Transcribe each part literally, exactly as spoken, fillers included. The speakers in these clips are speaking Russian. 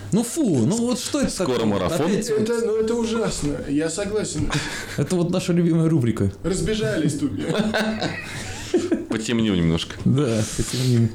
Ну фу, ну вот что это Скоро такое? марафон. Опять... Это, ну, это ужасно, я согласен. Это вот наша любимая рубрика. Разбежались тут. Потемнил немножко. Да, потемним.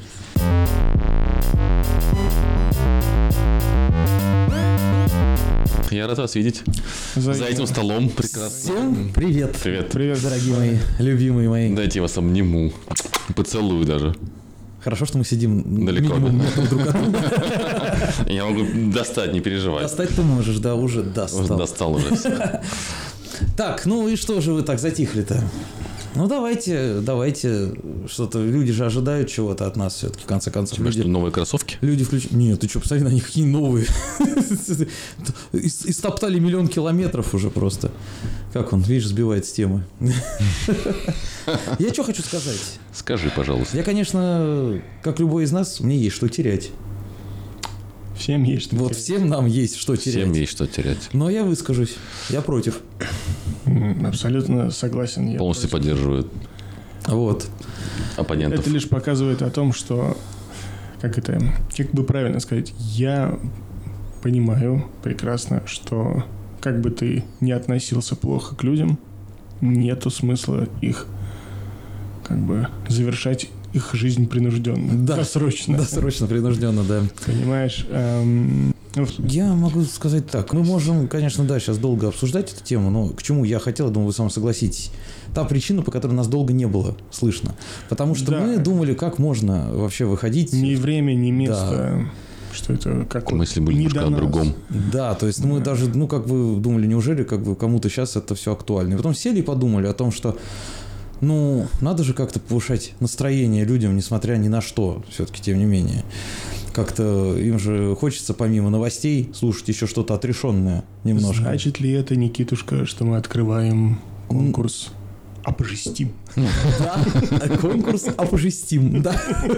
Я рад вас видеть. За, За этим столом прекрасно. Всем привет. Привет. Привет, дорогие мои, любимые мои. Дайте я вас обниму. Поцелую даже. Хорошо, что мы сидим далеко, минимум да? метр друг от друга. Я могу достать, не переживай. Достать ты можешь, да, уже достал. Достал уже все. Так, ну и что же вы так затихли-то? Ну давайте, давайте, что-то, люди же ожидают чего-то от нас все-таки, в конце концов. Тебе люди, что, новые кроссовки? Люди включают. Нет, ты что, посмотри на них, какие новые. Истоптали миллион километров уже просто. Как он, видишь, сбивает с темы. Я что хочу сказать? Скажи, пожалуйста. Я, конечно, как любой из нас, мне есть что терять. Всем есть что Вот терять. всем нам есть что терять. Всем есть что терять. Но я выскажусь. Я против. Абсолютно согласен. Я Полностью против. поддерживают Вот. оппонентов. Это лишь показывает о том, что, как это, как бы правильно сказать, я понимаю прекрасно, что как бы ты ни относился плохо к людям, нету смысла их как бы завершать их жизнь принужденно. Да. Досрочно. Досрочно, принужденно, да. Понимаешь? Эм, Я могу сказать так. Мы можем, конечно, да, сейчас долго обсуждать эту тему, но к чему я хотел, думаю, вы со мной согласитесь. Та причина, по которой нас долго не было слышно. Потому что Да. мы думали, как можно вообще выходить. Ни время, ни место. Что это какое-то... Мысли были немножко о другом. Да, то есть мы Да. даже, ну, как вы думали, неужели как бы кому-то сейчас это все актуально. И потом сели и подумали о том, что ну, надо же как-то повышать настроение людям, несмотря ни на что, все-таки, тем не менее. Как-то им же хочется помимо новостей слушать еще что-то отрешенное немножко. Значит ли это, Никитушка, что мы открываем конкурс «Обжестим»? Да, конкурс «Обжестим», да.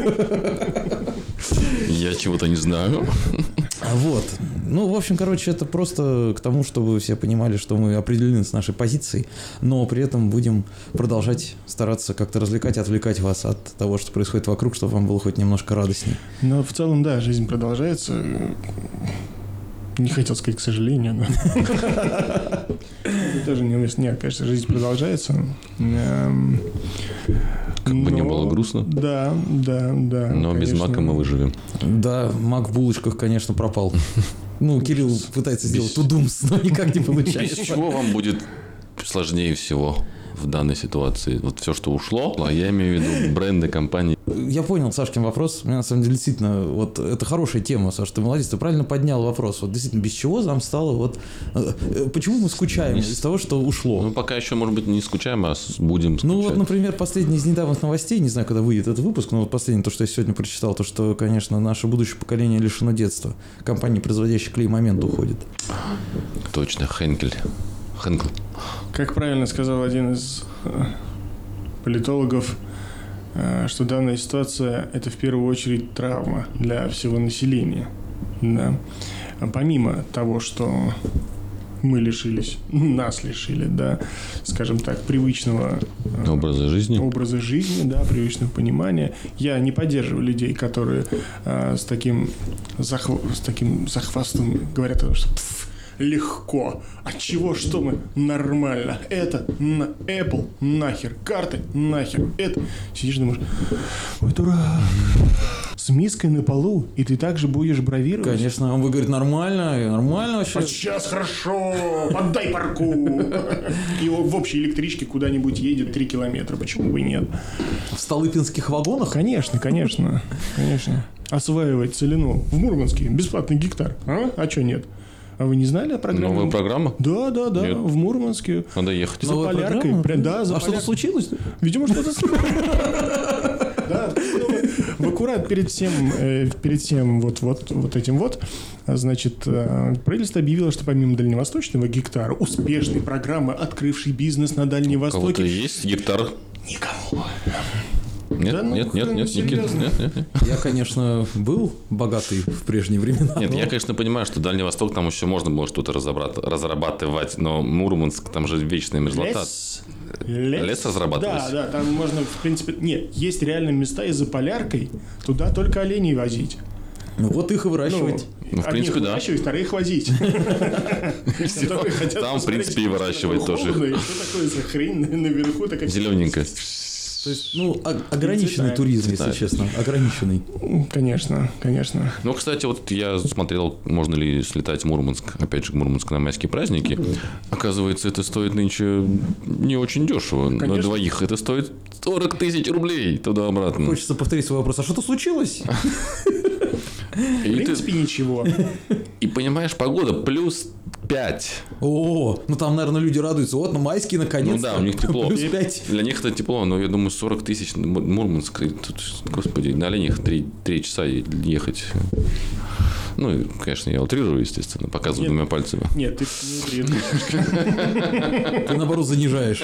Я чего-то не знаю. Вот. Ну, в общем, короче, это просто к тому, чтобы все понимали, что мы определены с нашей позицией, но при этом будем продолжать стараться как-то развлекать и отвлекать вас от того, что происходит вокруг, чтобы вам было хоть немножко радостнее. Но в целом, да, жизнь продолжается. Не хотел сказать, к сожалению, но... Тоже неуместно. Нет, конечно, жизнь продолжается. Как бы не было грустно. Да, да, да. Но без мака мы выживем. Да, мак в булочках, конечно, пропал. Ну, Кирилл пытается сделать тудумс, но никак не Без получается. чего вам будет сложнее всего в данной ситуации? Вот все, что ушло, а я имею в виду бренды, компании. Я понял Сашкин вопрос. Мне на самом деле действительно, вот это хорошая тема, Саш, ты молодец, ты правильно поднял вопрос. Вот действительно, без чего нам стало вот... Почему мы скучаем из того, что ушло? Ну, пока еще, может быть, не скучаем, а будем скучать. Ну, вот, например, последний из недавних новостей, не знаю, когда выйдет этот выпуск, но вот последнее, то, что я сегодня прочитал, то, что, конечно, наше будущее поколение лишено детства. Компания, производящая клей «Момент», уходит. Точно, Хенкель. Хенкл. Как правильно сказал один из политологов, что данная ситуация – это в первую очередь травма для всего населения. Да. Помимо того, что мы лишились, нас лишили, да, скажем так, привычного Образа жизни. образа жизни, да, привычного понимания. Я не поддерживаю людей, которые а, с таким захв... с таким захвастом говорят, что «Пф, легко. От чего, что мы? Нормально. Это на Apple нахер. Карты нахер. Это. Сидишь, думаешь, ой, дурак. С миской на полу, и ты также будешь бравировать? Конечно, он будет говорить, нормально, нормально вообще. А сейчас хорошо, поддай парку. И в общей электричке куда-нибудь едет три километра. Почему бы и нет? В столыпинских вагонах? Конечно, конечно, конечно. Осваивать целину в Мурманске бесплатный гектар. А? А что нет? А вы не знали о программе? Новая программа? Да, да, да, Нет. в Мурманске. Надо ехать. За Новая поляркой. программа? Прям, да, за А что-то поляркой. случилось? Видимо, что-то случилось. Да, в аккурат перед всем, э, перед всем вот, вот, вот этим вот, значит, э, правительство объявило, что помимо дальневосточного гектара, успешной программы, открывшей бизнес на Дальнем У кого-то Востоке, есть гектар? никому. Нет, Да ну, нет, нет, ну, нет, Никит, серьезно. нет, нет, нет. Я, конечно, был богатый в прежние времена. Нет, но- я, конечно, понимаю, что Дальний Восток там еще можно было что-то разобрать- разрабатывать, но Мурманск, там же вечная мерзлота. Лес. Лес разрабатывать? Да, да, там можно, в принципе... Нет, есть реально места и за поляркой, туда только оленей возить. Ну вот их и выращивать. Ну, в принципе, да. выращивать, вторых возить. Там, в принципе, и выращивать тоже. Что такое за хрень наверху? Зелененькая. То есть, ну, ограниченный цветает. туризм, если Цветает. честно. Ограниченный. Конечно, конечно. Ну, кстати, вот я смотрел, можно ли слетать в Мурманск, опять же, в Мурманск на майские праздники. Оказывается, это стоит нынче не очень дешево. На Конечно. двоих это стоит сорок тысяч рублей туда-обратно. Хочется повторить свой вопрос. А что-то случилось? В И, ты, принципе, ничего. и понимаешь, погода плюс пять. О, ну там, наверное, люди радуются. Вот, ну майские наконец-то. Ну да, у них тепло. Плюс пять. Для них это тепло, но я думаю, сорок тысяч Мурманск. И тут, господи, на оленях три часа ехать. Ну, и, конечно, я утрирую, естественно, показываю Нет. двумя пальцами. Нет, ты не утрируешь. Ты, наоборот, занижаешь.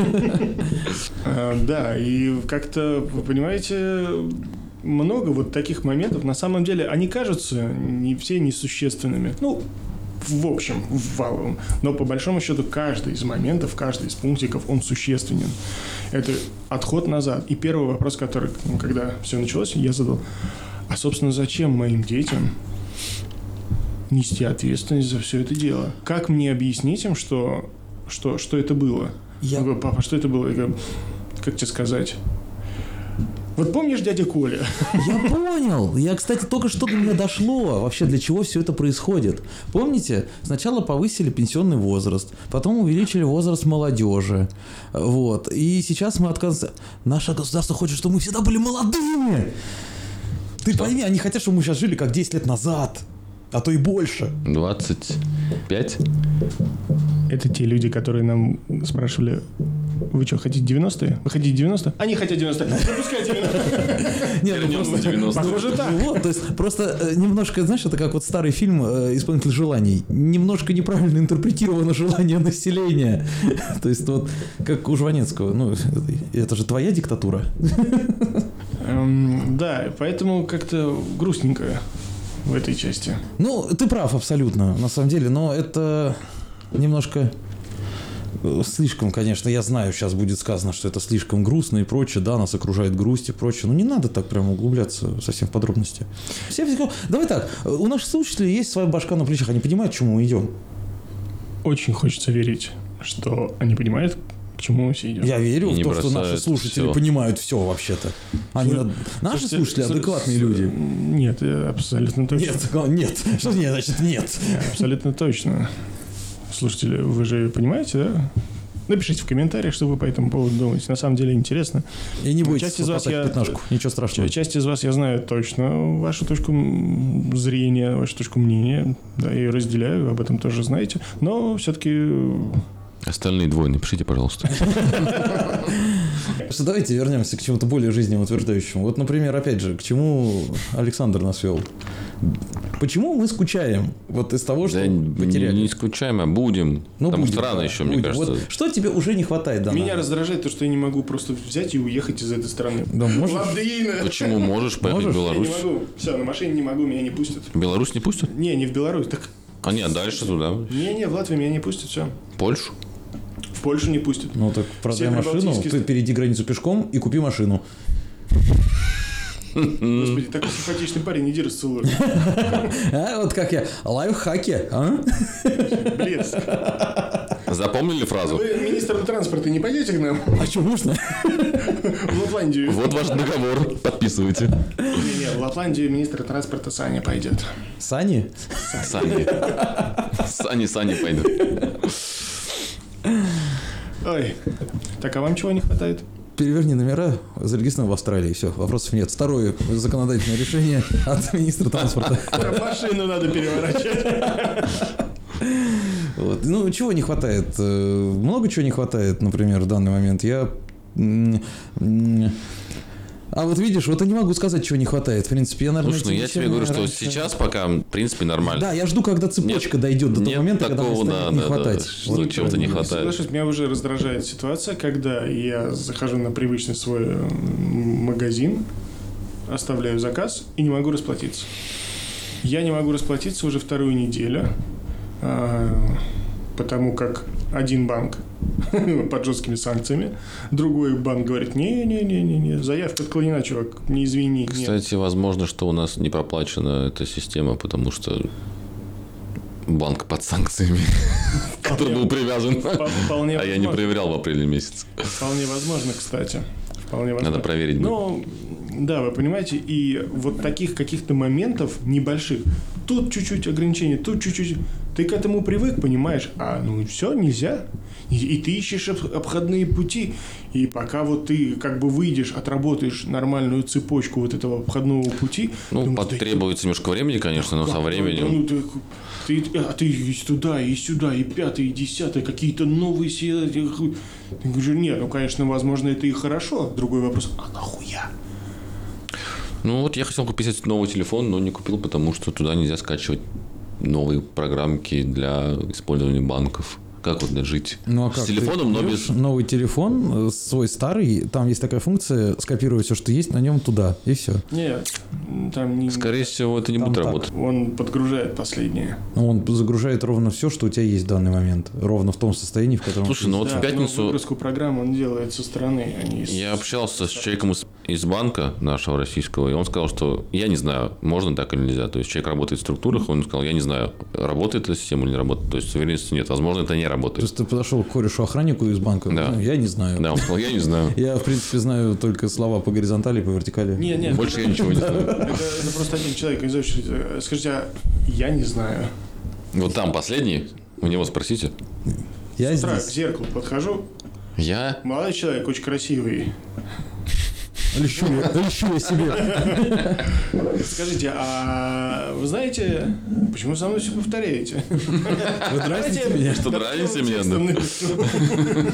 А, Да, и как-то, вы понимаете, много вот таких моментов. На самом деле, они кажутся не все несущественными. Ну, в общем, в валовом. Но по большому счету каждый из моментов, каждый из пунктиков, он существенен. Это отход назад. И первый вопрос, который, ну, когда все началось, я задал: а, собственно, зачем моим детям нести ответственность за все это дело? Как мне объяснить им, что, что, что это было? Я- Я говорю: папа, что это было? Я говорю: как тебе сказать? Вот помнишь дядя Коля? Я понял. Я, кстати, только что до меня дошло вообще, для чего все это происходит. Помните, сначала повысили пенсионный возраст, потом увеличили возраст молодежи. Вот. И сейчас мы отказываемся. Наше государство хочет, чтобы мы всегда были молодыми. Ты пойми, они хотят, чтобы мы сейчас жили как десять лет назад. А то и больше. двадцать пять? Это те люди, которые нам спрашивали: вы что, хотите девяностые? Вы хотите девяностые? Они хотят девяностые. Запускай девяностые. Нет, ну Вернем просто- на девяностые. Похоже так. Ну вот, то есть просто э, немножко, знаешь, это как вот старый фильм э, «Исполнитель желаний». Немножко неправильно интерпретировано желание населения. То есть вот как у Жванецкого. Ну, это же твоя диктатура. Эм, Да, поэтому как-то грустненько в этой части. Ну, ты прав абсолютно, на самом деле, но это немножко э, слишком, конечно, я знаю, сейчас будет сказано, что это слишком грустно и прочее, да, нас окружает грусть и прочее, но не надо так прямо углубляться совсем в подробности. Все, все- давай так, у наших слушателей есть своя башка на плечах, они понимают, к чему мы идем. Очень хочется верить, что они понимают, к чему мы все идем. Я верю И в не то, что наши бросают слушатели всё. понимают все вообще-то. Они, Слушай, наши Слушайте, слушатели с- адекватные с- люди. Нет, э, абсолютно точно. Нет, нет. Что нет, значит нет. Абсолютно точно. Слушатели, вы же понимаете, да? Напишите в комментариях, что вы по этому поводу думаете. На самом деле интересно. И не бойтесь Часть из вас попадать в я- пятнашку, ничего страшного. Часть из вас я знаю точно вашу точку м, зрения, вашу точку мнения. Да, я ее разделяю, об этом тоже знаете. Но все-таки Остальные двое напишите, пожалуйста. Что давайте вернемся к чему-то более жизнеутверждающему. Вот, например, опять же, к чему Александр нас вел. Почему мы скучаем вот из того, что Да не, потеряли? не скучаем, а будем. Ну, Потому будем, что рано да, еще, мне будем. кажется. Вот что тебе уже не хватает, Дана? меня раздражает то, что я не могу просто взять и уехать из этой страны. Да, можешь? Ладно. Почему можешь поехать Можешь? в Я Беларусь? не могу. Все, на машине не могу, меня не пустят. В Беларусь не пустят? Не, не в Беларусь. Так, А нет, дальше туда. не-не, в Латвию меня не пустят, все. Польшу? В Польшу не пустят. Ну так продай Все машину, прибалтийские ты страны. перейди границу пешком и купи машину. Господи, такой симпатичный парень, иди расцелуй. А, вот как я. Лайфхаки, а? Блеск. Запомнили фразу? Вы, министр транспорта, не пойдете к нам А что, можно? в Лапландию? Вот ваш договор. Подписывайте. Не-не, в Лапландию министр транспорта Саня пойдет. Сани? Сани. Сани, Сани пойдут. Ой. Так, а вам чего не хватает? Переверни номера, зарегистрируем в Австралии, все, вопросов нет. Второе законодательное решение от министра транспорта. Машину надо переворачивать. Вот. Ну, чего не хватает? Э, Много чего не хватает, например, в данный момент. Я... м, м, А вот видишь, вот я не могу сказать, чего не хватает. В принципе, я, наверное... Слушай, ну эти я тебе вещами говорю, что раньше- сейчас пока, в принципе, нормально. Да, я жду, когда цепочка дойдет до того нет момента, когда мне такого, станет да, не да, да, хватать. что Вот чего-то не правильно. хватает. Соглашусь, меня уже раздражает ситуация, когда я захожу на привычный свой м, магазин, оставляю заказ и не могу расплатиться. Я не могу расплатиться уже вторую неделю, а, потому как один банк под жесткими санкциями, другой банк говорит, не-не-не-не, заявка отклонена, чувак, не извини. Кстати, нет. Возможно, что у нас не проплачена эта система, потому что банк под санкциями, который был привязан, а я не проверял в апреле месяце. Вполне возможно, кстати. Вполне возможно. Надо проверить. Ну, да, вы понимаете, и вот таких каких-то моментов небольших, тут чуть-чуть ограничений, тут чуть-чуть, ты к этому привык, понимаешь, а ну все, нельзя. И, и ты ищешь обходные пути, и пока вот ты как бы выйдешь, отработаешь нормальную цепочку вот этого обходного пути... Ну, думаешь, потребуется да, немножко времени, конечно, но как, со временем... Ну, ты, ты, а ты и туда, и сюда, и пятое, и десятое, какие-то новые силы. Ты говоришь, нет, ну, конечно, возможно, это и хорошо. Другой вопрос, а нахуя? Ну, вот я хотел купить новый телефон, но не купил, потому что туда нельзя скачивать новые программки для использования банков. Как вот жить? Ну, а как? С телефоном, но без... Новый телефон, свой старый, там есть такая функция, скопировать все, что есть на нем туда, и все. Нет, там не... Скорее всего, это не там будет так. работать. Он подгружает последнее. Он загружает ровно все, что у тебя есть в данный момент. Ровно в том состоянии, в котором... Слушай, ну вот да, в пятницу... но выгрузку программ он делает со стороны, а не... Я общался с человеком из, из банка нашего российского, и он сказал, что я не знаю, можно так или нельзя. То есть человек работает в структурах, он сказал, я не знаю, работает эта система или не работает. То есть уверенности нет. Возможно, это не работает. То есть ты подошел к корешу-охраннику из банка? Да. Ну, я не знаю. Да, он сказал, я не знаю. Я, в принципе, знаю только слова по горизонтали и по вертикали. Нет, нет. Больше я ничего не знаю. Это, это просто один человек из очереди. Скажите, а я не знаю. Вот там последний, у него спросите. Я С утра здесь. к зеркалу подхожу. Я? Молодой человек, очень красивый. Лещу я, лещу я себе. Скажите, а вы знаете, почему со мной все повторяете? Вы дразните меня? Что, дразните меня? Да?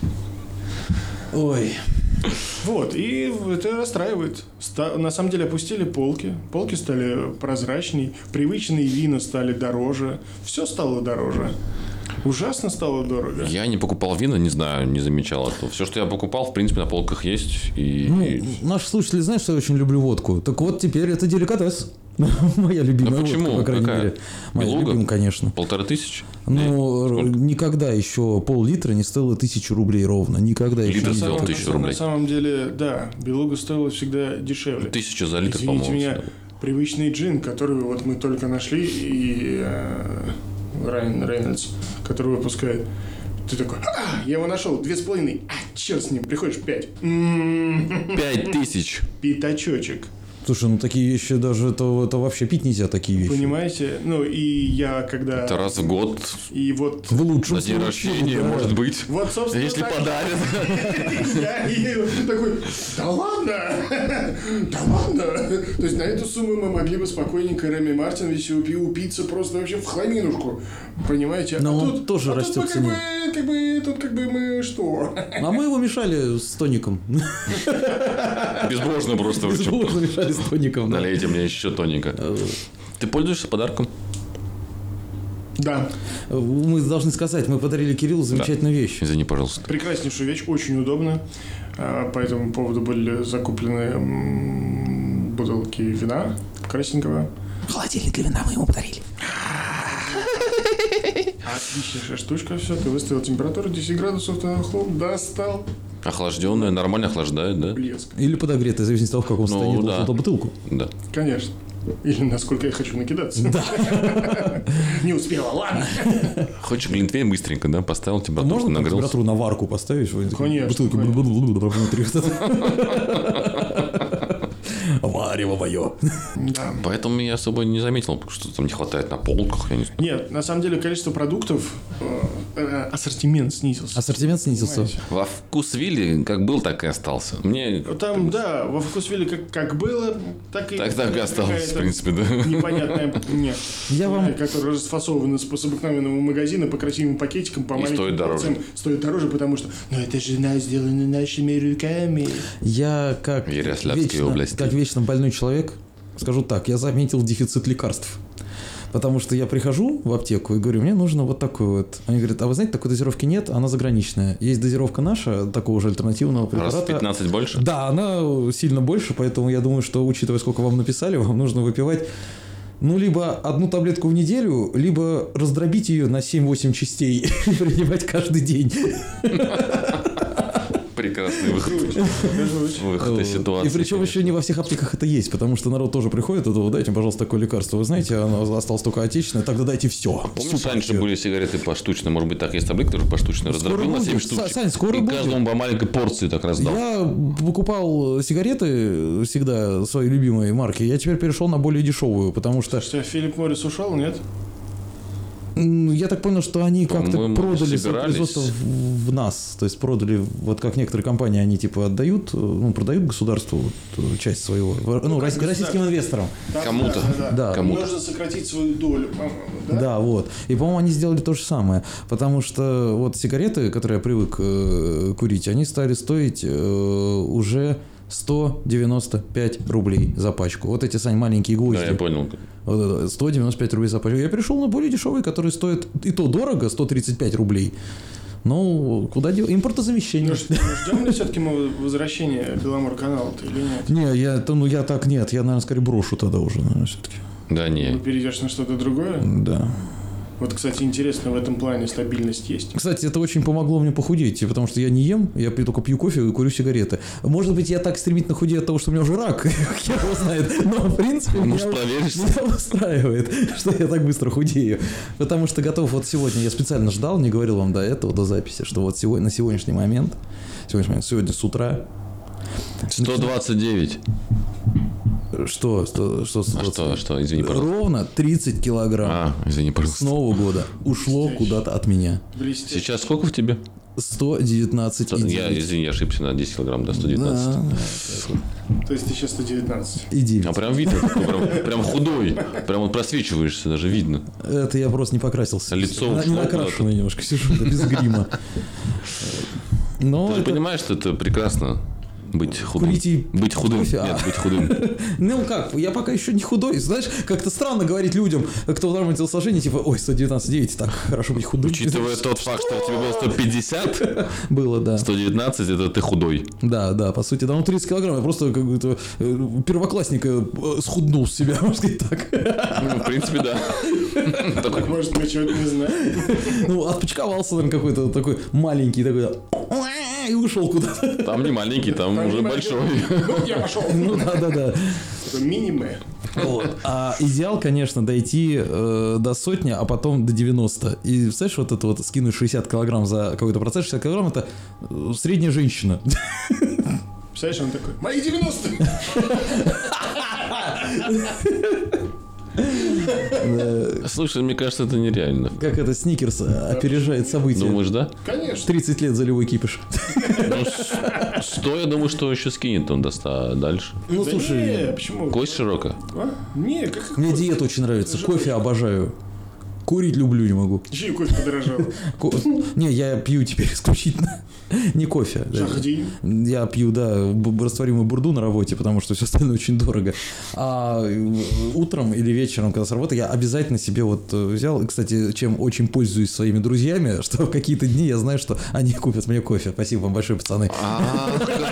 Ой. Вот, и это расстраивает. Ста- на самом деле опустили полки. Полки стали прозрачней, привычные вина стали дороже. Все стало дороже. Ужасно стало дорого. Я не покупал вина, не знаю, не замечал этого. Все, что я покупал, в принципе, на полках есть. И... Ну, и... наши слушатели знают, что я очень люблю водку. Так вот, теперь это деликатес. Моя любимая Ну, почему? водка, по крайней Какая? мере. Моя Белуга? любимая, конечно. Полторы тысячи? Ну, Сколько? никогда еще пол-литра не стоило тысячу рублей ровно. Никогда еще Литр не стоил было. тысячу рублей. На самом деле, да, белуга стоила всегда дешевле. Тысяча за литр, Извините по-моему. меня, привычный джин, который вот мы только нашли, и э, Райан Рейнольдс, который выпускает. Ты такой, а, я его нашел, две с половиной. А, черт с ним, приходишь, пять. М-м-м. Пять тысяч. Пятачочек. Слушай, ну такие вещи даже, это, это вообще пить нельзя, такие вещи. Понимаете? Ну, и я когда... Это раз в год. И вот... В лучшем На день случае, рождения, да. может быть. Вот, собственно, Если так. подарят. Я и такой, да ладно, да ладно. То есть на эту сумму мы могли бы спокойненько Реми Мартин весь упиться просто вообще в хламинушку. Понимаете? Но а он тут, тоже а растет тут мы в цене. как бы, как бы, тут как бы мы что? А мы его мешали с тоником. Безбожно просто. вы чё? Безбожно мешали с тоником. да. Налейте мне еще тоника. Ты пользуешься подарком? Да, Мы должны сказать, мы подарили Кириллу замечательную вещь. Извини, пожалуйста. прекраснейшая вещь, очень удобно. А, По этому поводу были закуплены м, бутылки вина красненького. Холодильник для вина мы ему подарили. Отличнейшая штучка, все, ты выставил температуру десять градусов, ты хлоп, достал. Охлажденная, нормально охлаждает, да? Блеск. Или подогретый, в зависимости от того, в каком Ну, состоянии да. была эту бутылку. Да. Конечно. Или насколько я хочу накидаться. Да. Не успела, ладно. Хочешь глинтвейн быстренько, да? Поставил температуру, Можно так нагрелся. температуру на варку поставить? что Конечно, Бутылки конечно. бл-бл-бл-бл внутри. Варево мое. Да. Поэтому я особо не заметил, что там не хватает на полках. Я не знаю. Нет, на самом деле количество продуктов, э, э, ассортимент снизился. Ассортимент снизился. Понимаете? Во вкусвилле как был, так и остался. Мне Там, да, во вкусвилле как, как было, так и... так, так и осталось, в какая-то принципе, да. Непонятная, нет. Я вам- Которые расфасованы с с обыкновенного магазина по красивым пакетикам, по И маленьким стоит дороже. порциям. Стоит дороже, потому что, ну, это же на- сделано нашими руками. Я как Ярославской вечно, области. как вечно больной человек, скажу так, я заметил дефицит лекарств. Потому что я прихожу в аптеку и говорю, мне нужно вот такой вот. Они говорят, а вы знаете, такой дозировки нет, она заграничная. Есть дозировка наша, такого же альтернативного препарата. Раз в пятнадцать больше? Да, она сильно больше, поэтому я думаю, что, учитывая, сколько вам написали, вам нужно выпивать Ну, либо одну таблетку в неделю, либо раздробить ее на семь-восемь частей и принимать каждый день. Прекрасный выход. Выход из ситуации. И причем еще не во всех аптеках это есть, потому что народ тоже приходит, это, дайте, пожалуйста, такое лекарство. Вы знаете, оно осталось только отечественное, тогда дайте все. Помнишь, раньше были сигареты поштучно, может быть, так есть таблетки тоже поштучно, раздробил на семь штучек. Сань, скоро и будет. каждому по маленькой порции так раздал. Я покупал сигареты всегда своей любимой марки, я теперь перешел на более дешевую, потому что... Что, Филипп Моррис ушел, нет? Я так понял, что они как-то По-моему, продали свое собирались. производство в, в нас. То есть продали, вот как некоторые компании, они типа отдают, ну, продают государству вот, часть своего, ну, Ну, рос- как российским государство. инвесторам. Да, Кому-то. Да, да, да. Да. Кому-то. Нужно сократить свою долю, по-моему, да? Да, вот. И, по-моему, они сделали то же самое. Потому что вот сигареты, которые я привык э, курить, они стали стоить э, уже сто девяносто пять рублей за пачку. Вот эти, Сань, маленькие гвозди. Да, я понял. Вот это, сто девяносто пять рублей за пачку. Я перешел на более дешевые, которые стоят и то дорого, сто тридцать пять рублей. Ну, куда девать? Импортозамещение. Ну, ш- ну, ждем ли все-таки мы возвращения Беломор-канала-то или нет? Не, я, то, ну, я так нет. Я, наверное, скорее брошу тогда уже, наверное, все-таки. Да Ты не. перейдешь на что-то другое? Да. Вот, кстати, интересно, в этом плане стабильность есть. Кстати, это очень помогло мне похудеть, потому что я не ем, я пью- только пью кофе и курю сигареты. Может быть, я так стремительно худею от того, что у меня уже рак, хер его знает. Но, в принципе, Может, меня, проверишься? меня устраивает, что я так быстро худею. Потому что готов вот сегодня, я специально ждал, не говорил вам до этого, до записи, что вот сегодня, на сегодняшний момент, сегодняшний момент, сегодня с утра... сто двадцать девять. Что? Что? Что? А что, что, извини, пожалуйста. Ровно тридцать килограмм А, извини, с пожалуйста. Нового года ушло куда-то от меня. Блестяще. Сейчас сколько в тебе? сто девятнадцать и Я, девять. извини, ошибся на десять килограмм, до сто девятнадцать. Да, То есть ты сейчас сто девятнадцать. и девять. А прям видно, такой, прям, прям худой. Прям вот просвечиваешься, даже видно. Это я просто не покрасился. Лицо На- Не ушло накрашенный немножко сижу, да, без грима. Но Ты же это... понимаешь, что это прекрасно быть худым. Курить и Быть худым. кофе, а? Нет, быть худым. Ну как, я пока еще не худой. Знаешь, как-то странно говорить людям, кто в нормальном телосложении, типа, ой, сто девятнадцать девять, так хорошо быть худым. Учитывая тот факт, что у тебя было сто пятьдесят, Было, да. сто девятнадцать, это ты худой. Да, да, по сути, да, ну тридцать килограмм, я просто как будто э, первоклассника э, схуднул с себя, можно сказать так. Ну, в принципе, да. Такой, Так, может, мы чего-то не знаем? Ну, отпочковался, наверное, какой-то такой маленький, такой, и ушел куда-то. там не маленький, там Там уже не большой. маленький. Ну, я пошел. Ну, да-да-да. Такой мини-мэ. Вот. А идеал, конечно, дойти э, до сотни, а потом до девяноста. И, представляешь, вот это вот скинуть шестьдесят килограмм за какой-то процесс, шестьдесят килограмм это э, средняя женщина. Представляешь, он такой, мои девяносто! Слушай, мне кажется, это нереально. Как это Сникерс опережает события. Думаешь, да? Конечно. тридцать лет заливой кипиш. Ну, с- сто, я думаю, что еще скинет он до ста, а дальше. Ну, Да слушай, не, почему? Кость широко. А? Не, как мне диета очень нравится. Кофе обожаю. Курить люблю, не могу. Еще и кофе подорожал. Ко- Не, я пью теперь исключительно не кофе. Шахди. Я пью, да, б- растворимую бурду на работе, потому что все остальное очень дорого. А э, утром или вечером, когда с работы, я обязательно себе вот э, взял. И, кстати, чем очень пользуюсь своими друзьями, что в какие-то дни я знаю, что они купят мне кофе. Спасибо вам большое, пацаны. А,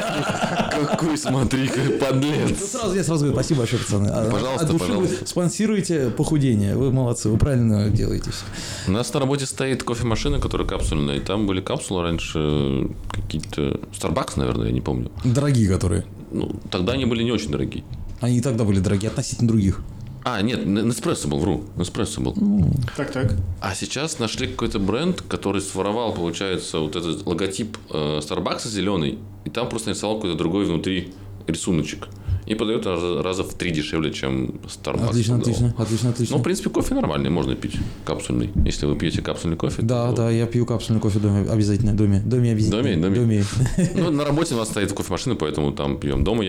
какой- какой, смотри-ка, Ну, подлец. сразу, я сразу говорю, спасибо большое, пацаны. А- Пожалуйста, от души пожалуйста. вы спонсируете похудение. Вы молодцы, вы правильно делаете все. У нас на работе стоит кофемашина, которая капсульная, и там были капсулы раньше какие-то... Starbucks, наверное, я не помню. Дорогие которые. Ну, тогда они были не очень дорогие. Они и тогда были дорогие относительно других. А, нет, Nespresso был, вру. Nespresso был. Так, так. А сейчас нашли какой-то бренд, который своровал, получается, вот этот логотип э, Starbucks зеленый, и там просто нарисовал какой-то другой внутри рисуночек. И подает раза, раза в три дешевле, чем Starbucks. Отлично, продавал. отлично, отлично, отлично. Ну, в принципе, кофе нормальный, можно пить капсульный. Если вы пьете капсульный кофе. Да, то... да, я пью капсульный кофе в доме, обязательно, в доме, в доме обязательно. Доме, доме. доме. Ну, на работе у нас стоит кофемашина, поэтому там пьем. Дома я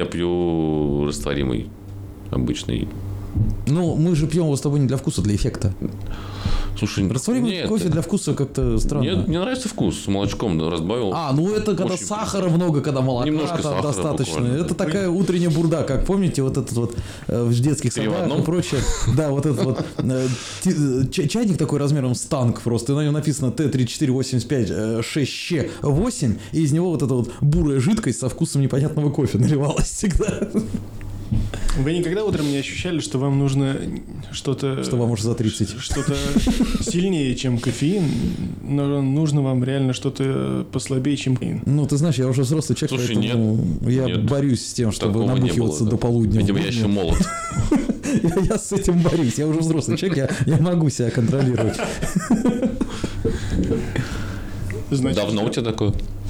пью растворимый, обычный. Ну, мы же пьем его с тобой не для вкуса, для эффекта. Слушай, Растворимый нет, кофе для вкуса как-то странно. Мне, мне нравится вкус, с молочком да, разбавил. А, ну это когда Очень сахара много, когда молока Немножко там сахара достаточно. буквально. Это такая утренняя бурда, как помните, вот этот вот э, в детских Три в садах одном? и прочее. Да, вот этот вот э, ти- э, чай- чайник такой размером с танк просто, и на нем написано Т тридцать четыре восемьдесят пять шесть Щ восемь, и из него вот эта вот бурая жидкость со вкусом непонятного кофе наливалась всегда. Вы никогда утром не ощущали, что вам нужно что-то... Что вам уже за тридцать. Что-то сильнее, чем кофеин, но нужно вам реально что-то послабее, чем кофеин? Ну, ты знаешь, я уже взрослый человек, Слушай, поэтому я нет. борюсь с тем, чтобы Такого не набухиваться было, до да. полудня. Видимо, я еще молод. Я, я с этим борюсь. Я уже взрослый человек, я, я могу себя контролировать. Значит, Давно у тебя такое?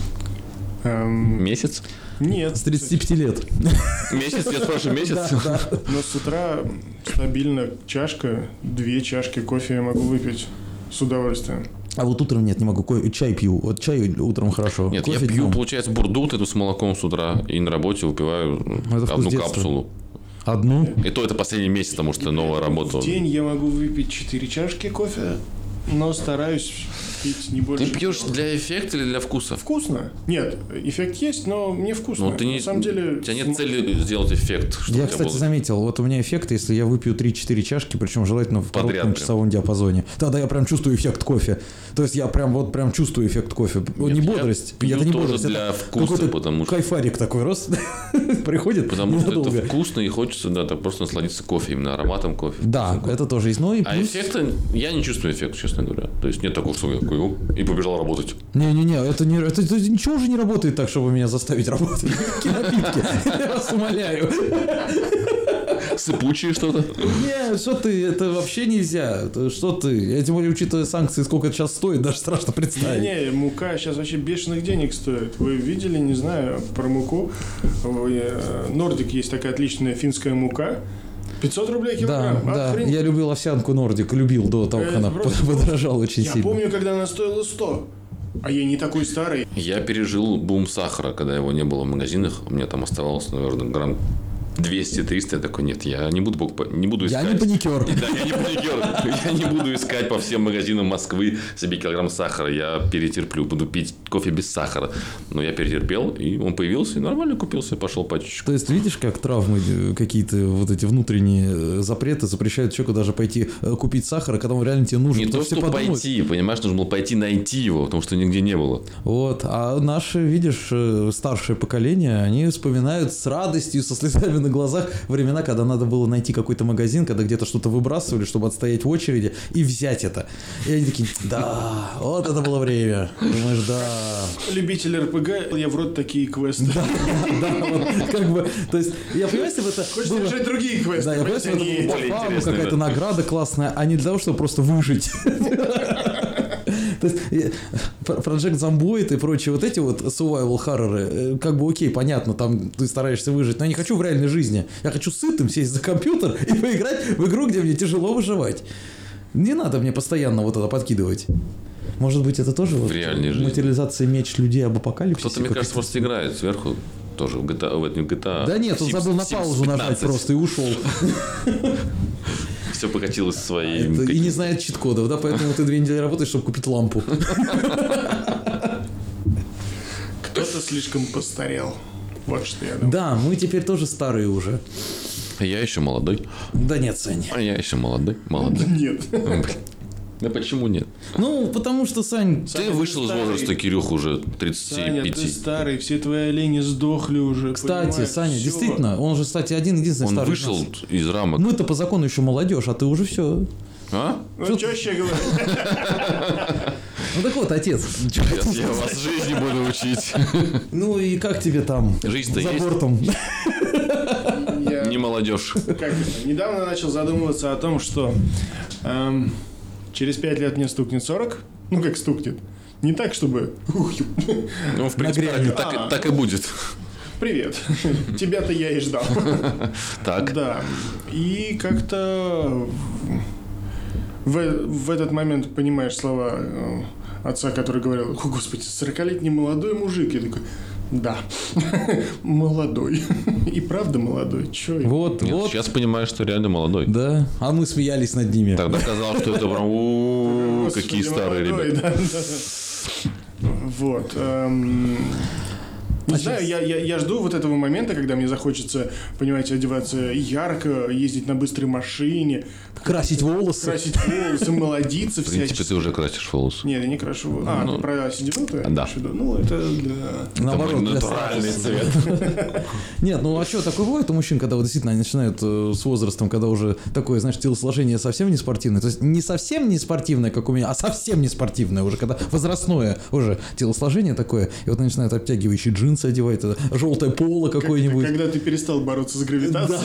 эм, Месяц? Нет. С тридцати пяти лет. Месяц? Я спрашиваю, месяц? Но с утра стабильно чашка, две чашки кофе я могу выпить с удовольствием. А вот утром нет, не могу. Ко- Чай пью. Вот чай утром хорошо. Нет, Кофе я пью, днем. получается, бурду вот эту с молоком с утра, и на работе выпиваю Это вкус одну детства. капсулу. Одну? И то это последний месяц, потому что новая работа. В день я могу выпить четыре чашки кофе, но стараюсь пить не больше. Ты пьешь трех. для эффекта или для вкуса? Вкусно? Нет, эффект есть, но мне вкусно. Ну, ты не, На самом деле... у тебя нет цели сделать эффект. Чтобы Я, у тебя кстати, было- заметил, вот у меня эффект, если я выпью три-четыре чашки, причем желательно в Подряд коротком прям. часовом диапазоне, тогда я прям чувствую эффект кофе. То есть я прям вот прям чувствую эффект кофе. Нет, не я бодрость. пью это не тоже бодрость, это для вкуса, какой-то потому что- кайфарик такой раз приходит Потому что ненадолго. это вкусно и хочется, да, так просто насладиться кофе, именно ароматом кофе. Да, это тоже есть. Ну и А плюс... эффекта, я не чувствую эффекта, честно говоря. То есть нет такого, что я такой, «Оп», и побежал работать. Не-не-не, это, не, это, это ничего уже не работает так, чтобы меня заставить работать. Какие напитки, я вас умоляю. Сыпучие что-то. Не, что ты, это вообще нельзя. Это что ты? Я тем более, учитывая санкции, сколько это сейчас стоит, даже страшно представить. Не, мука сейчас вообще бешеных денег стоит. Вы видели, не знаю, про муку? Вы, э, Нордик есть такая отличная финская мука. пятьсот рублей Да, килограмм. да. Охренеть. Я любил овсянку Нордик, любил до того, как Это она просто- подорожала очень Я сильно. помню, когда она стоила сто. А я не такой старый. Я пережил бум сахара, когда его не было в магазинах. У меня там оставалось, наверное, грамм двести-триста. Я такой, нет, я не буду, покупать- не буду Я искать. не паникер. Да, я не паникер. Я не буду искать по всем магазинам Москвы себе килограмм сахара. Я перетерплю. Буду пить кофе без сахара. Но я перетерпел, и он появился, и нормально купился, пошел пачечку. То есть, видишь, как травмы, э, какие-то вот эти внутренние э, запреты запрещают человеку даже пойти э, купить сахар, когда он реально тебе нужен. Не Потому то, что что все подумают, пойти, понимаешь, нужно было пойти найти его, потому что нигде не было. Вот, а наши, видишь, э, старшее поколение, они вспоминают с радостью, со слезами на глазах времена, когда надо было найти какой-то магазин, когда где-то что-то выбрасывали, чтобы отстоять в очереди и взять это. И они такие, да, вот это было время. Думаешь, да. Любитель эр пэ гэ, я в рот такие квесты. Да, вот, как бы, то есть, я понимаю, если бы это Хочешь было... решать другие квесты? Да, я понимаю, если бы это Они- было более по фану, интересные, какая-то да. награда классная, а не для того, чтобы просто выжить. То есть, э, Project Zomboid и прочие вот эти вот survival хорроры, э, как бы окей, понятно, там ты стараешься выжить, но я не хочу в реальной жизни. Я хочу сытым сесть за компьютер и поиграть в игру, где мне тяжело выживать. Не надо мне постоянно вот это подкидывать. Может быть, это тоже вот реальной жизни. материализация меч людей об апокалипсисе? Кто-то, мне кажется, какой-то? просто играет сверху тоже в джи ти эй, в этом джи ти эй. Да нет, он Sims- забыл на Sims паузу нажать пятнадцать. просто и ушел. Все покатилось своей... Это- и не знает чит-кодов, да, поэтому ты две недели работаешь, чтобы купить лампу. Кто-то слишком постарел. Вот что я думаю. Да, мы теперь тоже старые уже. Я еще молодой. Да нет, Сань. А я еще молодой. Молодой. Нет. Блин. Да почему нет? Ну, потому что, Сань, Ты вышел из старый. возраста, Кирюх, уже тридцати Саня, ты пяти. старый, все твои олени сдохли уже. кстати, понимаешь, Саня, всё. действительно, он же, кстати, один единственный Он старый. вышел из нас. из рамок. Мы-то по закону еще молодежь, а ты уже все. А? Ну, чаще говорю. Ну так вот, отец. чё Сейчас хотел я вас сказать? жизни буду учить. Ну и как тебе там? Жизнь-то за есть. бортом? Я Не молодежь. как это, недавно начал задумываться о том, что эм, через пять лет мне стукнет сорок. Ну, как стукнет. Не так, чтобы... ух, ю. Ну, в принципе, Нагрянет. так, А. и- так и будет. Привет. Тебя-то я и ждал. Так. Да. И как-то в, в этот момент понимаешь слова э, отца, который говорил: о, господи, сорокалетний молодой мужик. Я такой: да, молодой. И правда молодой. Чё? я- Вот, Нет, вот. сейчас понимаешь, что реально молодой. Да, а мы смеялись над ними. Тогда казалось, что это прям «О, Господи, какие старые молодой, ребята. да, да, да. Вот. эм, Не А знаю, сейчас- я, я, я жду вот этого момента, когда мне захочется, понимаете, одеваться ярко, ездить на быстрой машине, Красить волосы. красить волосы, молодиться В принципе, всячески. ты уже красишь волосы. Нет, я не крашу волосы. А, Ну, ты про седину ты да. имеешь в виду? Ну, это для... Наоборот, для натуральный статуса. цвет. Нет, ну а что, такое бывает у мужчин, когда вот действительно они начинают э, с возрастом, когда уже такое, знаешь, телосложение совсем не спортивное, то есть не совсем не спортивное, как у меня, а совсем не спортивное уже, когда возрастное уже телосложение такое, и вот они начинают обтягивающие джинсы одевать, это желтое поло какое-нибудь. Когда ты перестал бороться с гравитацией,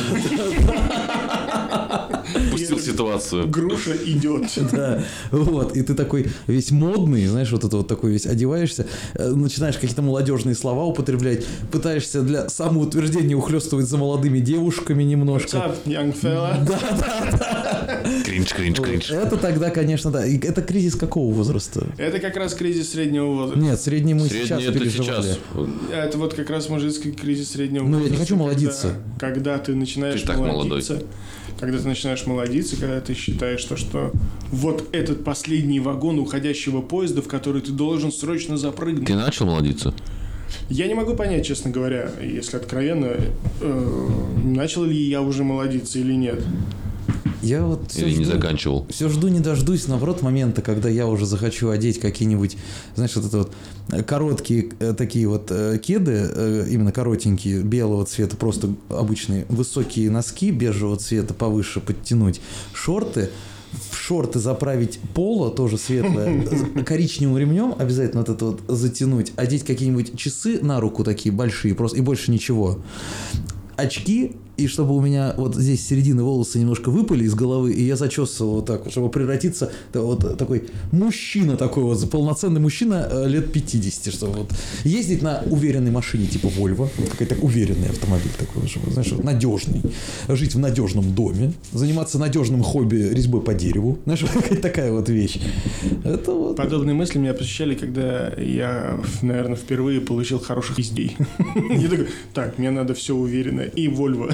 Пустил ситуацию. груша идет. Да, вот, и ты такой весь модный, знаешь, вот это вот такой весь одеваешься, э, начинаешь какие-то молодежные слова употреблять, пытаешься для самоутверждения ухлёстывать за молодыми девушками немножко. What's up, young fella? Кринж, кринж, кринж. Это тогда, конечно, да. И это кризис какого возраста? Это как раз кризис среднего возраста. Нет, средний мы Средний сейчас это переживали. сейчас. Это вот как раз мужицкий кризис среднего Ну, я возраста. не хочу молодиться. Когда, когда ты начинаешь Ты так молодиться, когда ты начинаешь молодиться, когда ты считаешь, то, что вот этот последний вагон уходящего поезда, в который ты должен срочно запрыгнуть. Ты начал молодиться? Я не могу понять, честно говоря, если откровенно, э, начал ли я уже молодиться или нет. Я вот все Или не жду, заканчивал? все жду, не дождусь, наоборот, момента, когда я уже захочу одеть какие-нибудь, знаешь, вот это вот э, короткие э, такие вот э, кеды, э, именно коротенькие, белого цвета, просто обычные, высокие носки бежевого цвета повыше подтянуть, шорты, в шорты заправить поло, тоже светлое, с коричневым ремнем обязательно вот это вот затянуть, одеть какие-нибудь часы на руку такие большие, просто и больше ничего. Очки, и чтобы у меня вот здесь с середины волосы немножко выпали из головы, и я зачесывал вот так, чтобы превратиться в вот такой мужчина такой вот, полноценный мужчина э, лет пятидесяти, чтобы вот ездить на уверенной машине типа Volvo, какой-то уверенный автомобиль такой, чтобы, знаешь, вот надежный, жить в надежном доме, заниматься надежным хобби резьбой по дереву, знаешь, какая-то такая вот вещь. Это вот... Подобные мысли меня посещали, когда я, наверное, впервые получил хороших идей. Я такой, так, мне надо все уверенно. И Volvo.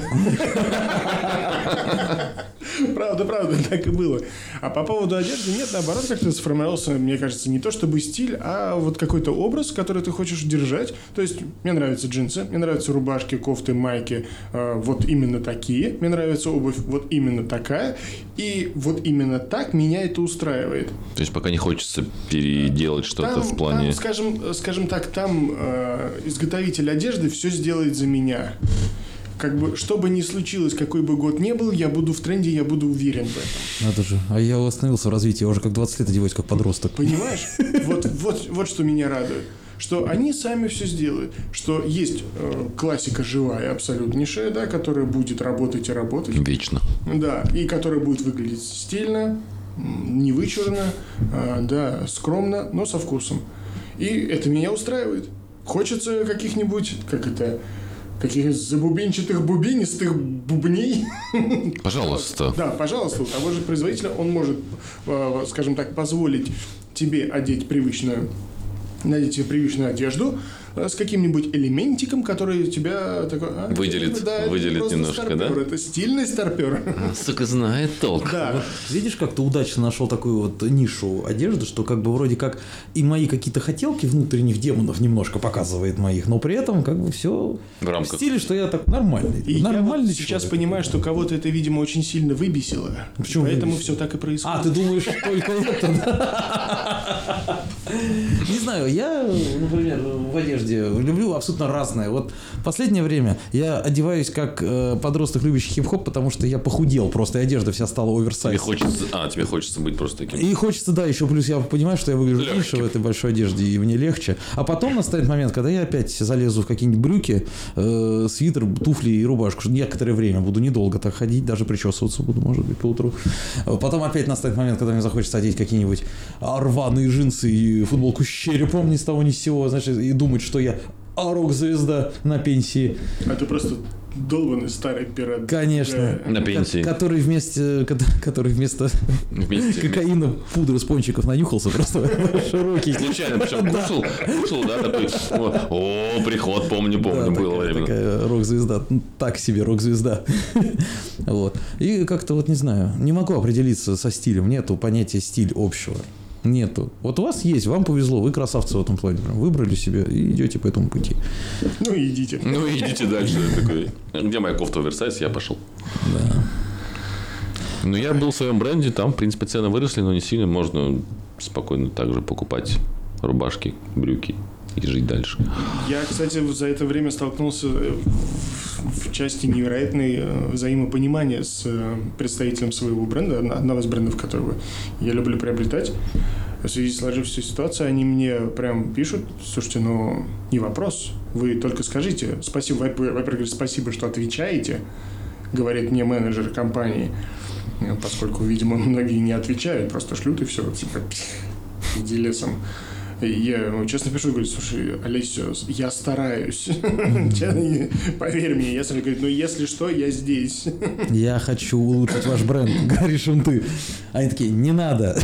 Правда, правда, так и было. А по поводу одежды, нет, наоборот, как-то сформировался, мне кажется, не то чтобы стиль, а вот какой-то образ, который ты хочешь держать. То есть, мне нравятся джинсы, мне нравятся рубашки, кофты, майки, э, вот именно такие. Мне нравится обувь вот именно такая. И вот именно так меня это устраивает. То есть пока не хочется переделать что-то Там, в плане... там, скажем, скажем так, там э, изготовитель одежды все сделает за меня. Как бы, что бы ни случилось, какой бы год ни был, я буду в тренде, я буду уверен в этом. Надо же. А я остановился в развитии, я уже как двадцать лет одеваюсь как подросток. Понимаешь? Вот, вот, вот что меня радует. Что они сами все сделают. Что есть э, классика живая, абсолютнейшая, да, которая будет работать и работать. Вечно. Да, и которая будет выглядеть стильно, м, не вычурно, а, да, скромно, но со вкусом. И это меня устраивает. Хочется каких-нибудь, как это, каких забубенчатых бубенистых бубней. Пожалуйста. Да, пожалуйста, у того же производителя он может, э, скажем так, позволить тебе одеть привычную, надеть тебе привычную одежду э, с каким-нибудь элементиком, который тебя такой... а, Выделит, да, это выделит просто немножко, старпер, да? Это стильный старпер. Сука, знает толк. Да. Видишь, как ты удачно нашел такую вот нишу одежды, что как бы вроде как и мои какие-то хотелки внутренних демонов немножко показывает моих, но при этом как бы все В рамках. стиле, что я так нормальный. И нормальный я вот сейчас человек. понимаю, что кого-то это, видимо, очень сильно выбесило. Почему Поэтому выбесило? все так и происходит. А, ты думаешь, только это? да? Не знаю, я, например, в одежде люблю абсолютно разное. Вот в последнее время я одеваюсь как э, подросток, любящий хип-хоп, потому что я похудел просто, и одежда вся стала оверсайз. Тебе хочется... А, тебе хочется быть просто таким. И хочется, да, еще плюс я понимаю, что я выгляжу Легким. меньше в этой большой одежде, и мне легче. А потом настанет момент, когда я опять залезу в какие-нибудь брюки, э, свитер, туфли и рубашку. Что некоторое время буду недолго так ходить, даже причесываться буду, может быть, по утру. Потом опять настанет момент, когда мне захочется одеть какие-нибудь рваные джинсы и футболку с черепом ни с того ни с сего, знаешь, и думать, что я рок-звезда на пенсии. А ты просто долбанный старый пират. Конечно. Да. На пенсии. Ко- Который вместе, ко- который вместо Вместе. кокаина, пудры с пончиков нанюхался просто широкий. Случайно, причем кушал, кушал, да, такой, о, приход, помню, помню, Да, было такая, время. такая рок-звезда. Ну, так себе рок-звезда. Вот. И как-то вот не знаю, не могу определиться со стилем. Нету понятия стиль общего. Нету. Вот у вас есть, вам повезло, вы красавцы в этом плане. Выбрали себе и идете по этому пути. Ну, идите. Ну, идите дальше. Такой, где моя кофта оверсайз, я пошел. Да. Ну, я был в своем бренде, там, в принципе, цены выросли, но не сильно. Можно спокойно также покупать рубашки, брюки и жить дальше. Я, кстати, за это время столкнулся в части невероятной взаимопонимания с представителем своего бренда, одного из брендов, которого я люблю приобретать. В связи с сложившейся ситуацией они мне прям пишут: слушайте, ну, не вопрос, вы только скажите. Спасибо, во-первых, говорит, спасибо, что отвечаете, говорит мне менеджер компании, поскольку, видимо, многие не отвечают, просто шлют и все, типа, иди лесом. Я ну, честно пишу, говорю: слушай, Олесю, я стараюсь. Поверь мне, если говорит, ну если что, я здесь. Я хочу улучшить ваш бренд, говоришь им ты. Они такие: не надо.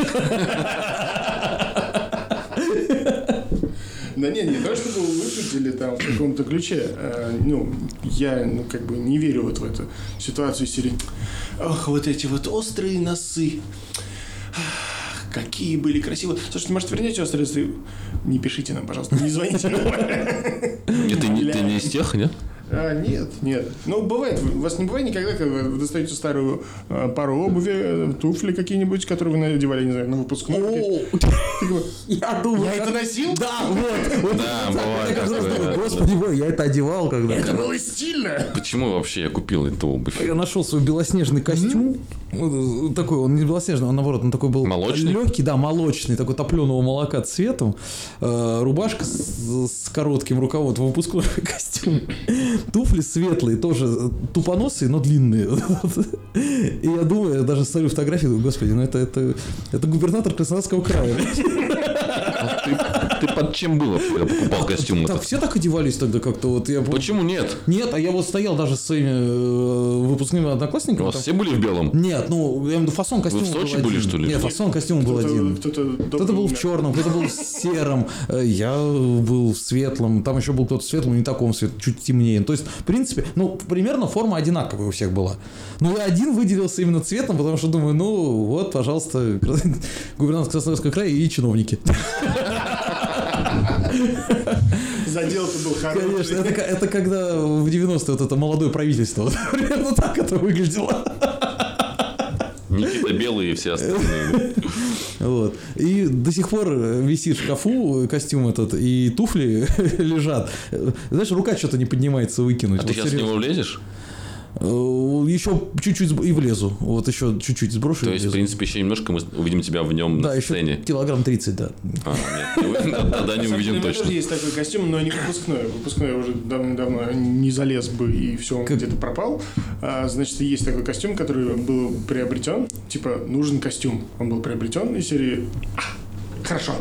Да нет, не то, чтобы улучшить или там в каком-то ключе. А, ну, я ну, как бы не верю вот в эту ситуацию серии. Ох, вот эти вот острые носы. Какие были красивые. Слушайте, может, вернете острые носы? Не пишите нам, пожалуйста, не звоните нам. Ты не из тех, нет? А, нет, нет. Ну, бывает. У вас не бывает никогда, когда вы достаете старую а, пару обуви, туфли какие-нибудь, которые вы надевали, не знаю, на выпускной. Я думаю, я это носил? Да, вот. Да, бывает такое. Господи мой, я это одевал когда. Это было стильно. Почему вообще я купил эту обувь? Я нашел свой белоснежный костюм. Такой, он не белоснежный, он наоборот, он такой был молочный? Легкий, да, молочный, такой топленого молока цветом. Рубашка с коротким рукавом, выпускной костюм. Туфли светлые, тоже тупоносые, но длинные. И я думаю, я даже смотрю фотографии, думаю: господи, ну это, это, это губернатор Краснодарского края. Ты, ты под чем было, когда покупал костюм? Так, все так одевались тогда как-то. Вот я... Почему нет? Нет, а я вот стоял даже с своими выпускными одноклассниками. У вас там... все были в белом? Нет, ну, я имею в виду, фасон костюма был один. Вы в Сочи были, что ли? Нет, фасон костюма был кто-то, один. Кто-то, кто-то был в черном, кто-то был в сером. Я был в светлом. Там еще был кто-то в светлом, не таком свете, чуть темнее. То есть, в принципе, ну, примерно форма одинаковая у всех была. Но я один выделился именно цветом, потому что думаю, ну, вот, пожалуйста, губернатор Краснодарского края и чиновники. Задел-то был хороший. Конечно, это, это когда в девяностые вот это молодое правительство. Примерно так это выглядело. Никита Белый и все остальные. Вот. И до сих пор висит в шкафу костюм этот, и туфли лежат. Знаешь, рука что-то не поднимается выкинуть. А вот ты сейчас серьезно. в него влезешь? Еще чуть-чуть и влезу. Вот еще чуть-чуть сброшу. То есть, в принципе, еще немножко мы увидим тебя в нем да, на сцене. Еще килограмм тридцать, да. А, нет, тогда не увидим точно. У меня тоже есть такой костюм, но не выпускной. Выпускной я уже давно не залез бы, и все, он как... где-то пропал. А, значит, есть такой костюм, который был приобретен. Типа, нужен костюм. Он был приобретен из серии... А, хорошо.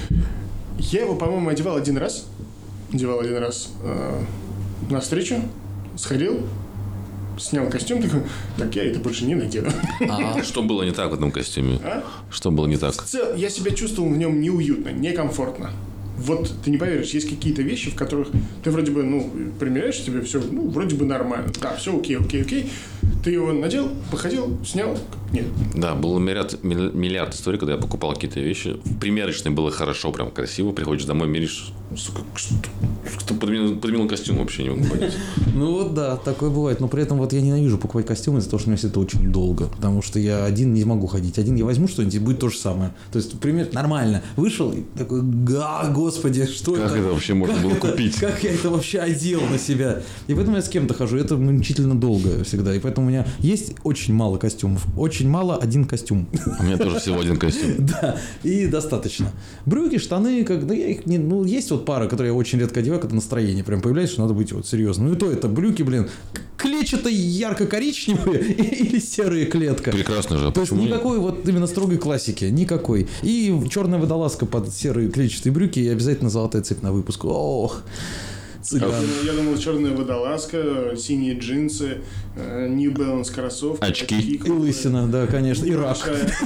Я его, по-моему, одевал один раз. Одевал один раз э, на встречу. Сходил. Снял костюм, такой: так я это больше не надену. А что было не так в этом костюме? А? Что было не так? В целом, я себя чувствовал в нем неуютно, некомфортно. Вот ты не поверишь, есть какие-то вещи, в которых ты вроде бы, ну, примеряешь, тебе все, ну, вроде бы нормально. Да, все окей, окей, окей. Ты его надел, походил, снял. Нет. Да, был миллиард, миллиард историй, когда я покупал какие-то вещи. В примерочной было хорошо, прям красиво. Приходишь домой, меришь, сука, что, что подменил, подменил костюм, вообще не могу понять. Ну вот да, такое бывает. Но при этом вот я ненавижу покупать костюмы из-за того, что у меня все это очень долго. Потому что я один не могу ходить. Один я возьму что-нибудь, и будет то же самое. То есть, пример нормально. Вышел и такой: га, господи, что как это? Как это вообще можно как было это, купить? Как я это вообще одел на себя? И поэтому я с кем-то хожу. Это мучительно долго всегда. И поэтому у меня есть очень мало костюмов. Очень мало один костюм. У меня тоже всего один костюм. Да, и достаточно. Брюки, штаны, когда я их не... Ну, есть вот пара, которые я очень редко одеваю, когда настроение прям появляется, что надо быть вот серьезно. Ну и то это брюки, блин, клетчатые, ярко-коричневые или серые клетка. Прекрасно же. А то есть никакой нет? Вот именно строгой классики, никакой. И черная водолазка под серые клетчатые брюки и обязательно золотая цепь на выпуск. Ох. Я, я думал, черная водолазка, синие джинсы, New Balance кроссовки, очки. очки и лысина, да, конечно, и рак.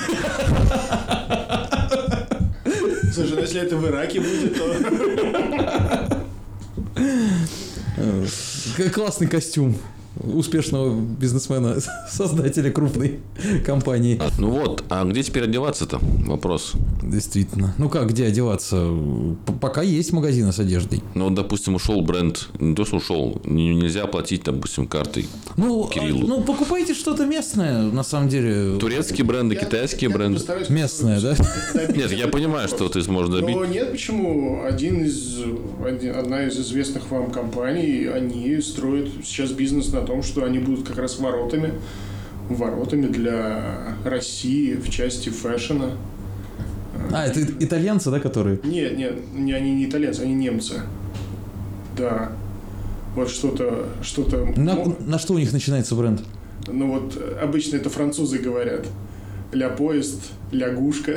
Слушай, ну если это в Ираке будет, то... Классный костюм. успешного бизнесмена, создателя крупной компании. А, ну вот, а где теперь одеваться-то? Вопрос. Действительно. Ну как, где одеваться? Пока есть магазины с одеждой. Ну, вот, допустим, ушел бренд. Не то, что ушел. Нельзя оплатить, допустим, картой. Ну, Кириллу. ну, покупайте что-то местное, на самом деле. Турецкие бренды, китайские бренды. Местное, да? Нет, я понимаю, что ты сможешь добить. Но нет, почему? Один из, один, одна из известных вам компаний, они строят сейчас бизнес на том, что они будут как раз воротами, воротами для России в части фэшена. А, это итальянцы, да, которые? Нет, нет, не, они не итальянцы, они немцы. Да. Вот что-то... что-то... На, ну, на что у них начинается бренд? ну вот обычно это французы говорят. Ля поезд, лягушка.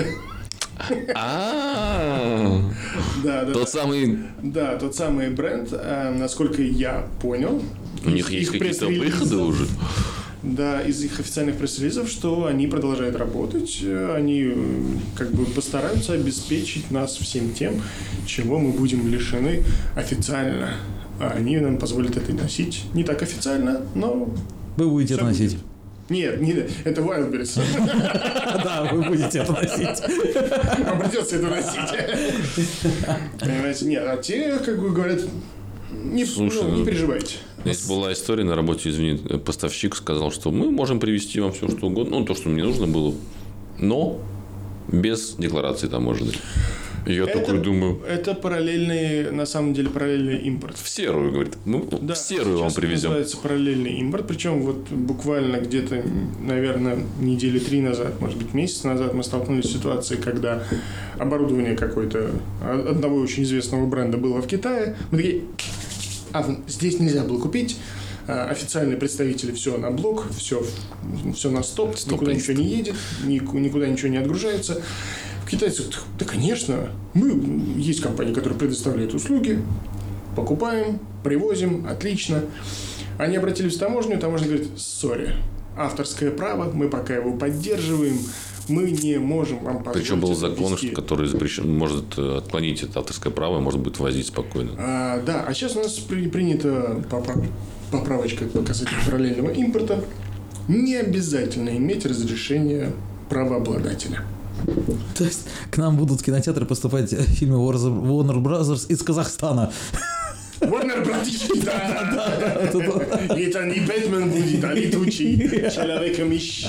А, Да, да. тот самый. Да, тот самый бренд, а, насколько я понял. У них есть какие-то выходы уже. Да, из их официальных пресс-релизов, что они продолжают работать, они как бы постараются обеспечить нас всем тем, чего мы будем лишены официально. А они нам позволят это носить. Не так официально, но... Вы будете это носить. Будет. Нет, не, это Wildberries. Да, вы будете это носить. Вам придется это носить. Понимаете? Нет, а те, как бы говорят, не, Слушай, ну, не ну, переживайте. Здесь была история на работе, извини, поставщик сказал, что мы можем привезти вам все, что угодно, ну, то, что мне нужно было, но без декларации таможенной. Я это, такой думаю... Это параллельный, на самом деле, параллельный импорт. В серую, говорит. Ну, Да, в серую вам привезем. Это называется параллельный импорт. Причем вот буквально где-то, наверное, недели три назад, может быть, месяц назад мы столкнулись с ситуацией, когда оборудование какое-то одного очень известного бренда было в Китае. Мы такие, а здесь нельзя было купить. Официальные представители все на блок, все, все на стоп, Стоп никуда лист. ничего не едет, никуда ничего не отгружается. Китайцы говорят, да, конечно, мы, есть компании, которые предоставляют услуги, покупаем, привозим, отлично. Они обратились в таможню, таможня говорит, сори, авторское право, мы пока его поддерживаем, мы не можем вам позволить. Причем был это закон, ввести». который запрещен, может отклонить это авторское право, может быть, возить спокойно. А, да, а сейчас у нас при, принята поправ, поправочка касательно параллельного импорта. Не обязательно иметь разрешение правообладателя. То есть к нам будут в кинотеатры поступать фильмы Warner Brothers из Казахстана. Warner братишки, да. Это не Бэтмен будет, а летучий человек-мышь.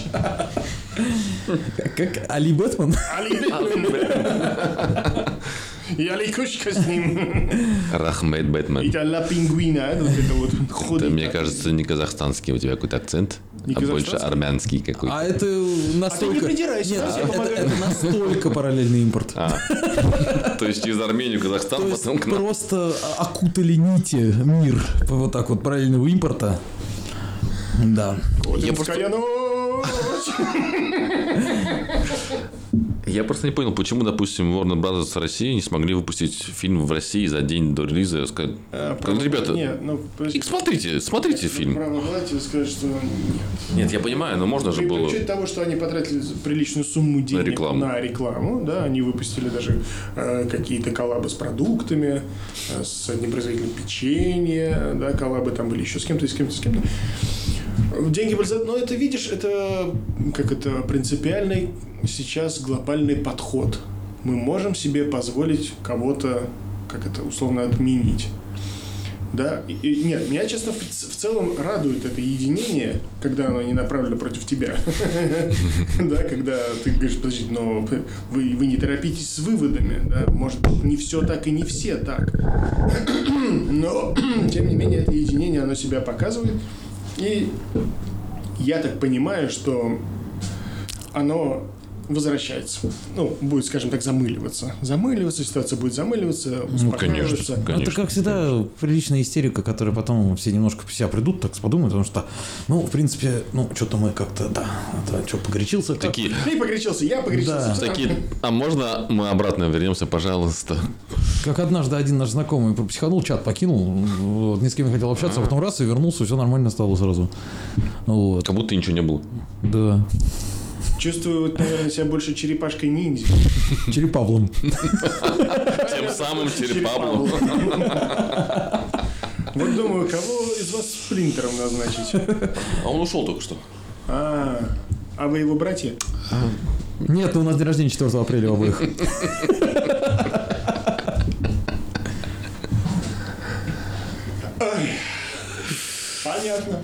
Как Али Бэтмен? Али Бэтмен. И Али Кошка с ним. Рахмет Бэтмен. Это Ла Пингвина. Вот это вот ходит. Это, мне кажется, не казахстанский у тебя какой-то акцент, Не а больше казахстанский? армянский какой-то. А это настолько... А ты не придирайся, Нет, я тебе это, помогаю. это настолько параллельный импорт. А, то есть через Армению, Казахстан, То есть потом к нам. просто окутали нити мир вот так вот параллельного импорта. Да. Котинская ночь. Я просто не понял, почему, допустим, Warner Brothers России не смогли выпустить фильм в России за день до релиза. Сказать, Право- ребята, Нет, ну, подожди. и смотрите, смотрите фильм. Правообладатель скажет, что нет. Нет, я понимаю, но можно же При было... учете того, что они потратили приличную сумму денег На рекламу. на рекламу, да, они выпустили даже э, какие-то коллабы с продуктами, э, с одним производителем печенья, да, коллабы там были еще с кем-то, и с кем-то, с кем-то. Деньги были за... Но это, видишь, это как это принципиальный сейчас глобальный подход. Мы можем себе позволить кого-то, как это условно, отменить. Да, и, и- нет, меня, честно, в, в целом радует это единение, когда оно не направлено против тебя. Да, когда ты говоришь, подождите, но вы, вы не торопитесь с выводами, да, может быть, не все так и не все так. Но, тем не менее, это единение, оно себя показывает. И я так понимаю, что оно возвращается. Ну, будет, скажем так, замыливаться. Замыливаться, ситуация будет замыливаться, успокаиваться. конечно, Ну, конечно. это, как всегда, приличная истерика, которая потом все немножко в себя придут, так подумают, потому что, ну, в принципе, ну, что-то мы как-то, да, это, что, погорячился? как- Такие, Ты погорячился, я погорячился. Да. такие, а можно мы обратно вернемся, пожалуйста? Как однажды один наш знакомый психанул, чат покинул, вот, ни с кем не хотел общаться, а потом раз и вернулся, все нормально стало сразу. Вот, Как будто ничего не было. да. Чувствую, вот, наверное, себя больше черепашкой-ниндзя. Черепавлом. Тем самым Черепавлом. Вот думаю, кого из вас спринтером назначить? А он ушел только что. А, а вы его братья? Нет, ну у нас день рождения четвёртого апреля у обоих. Понятно.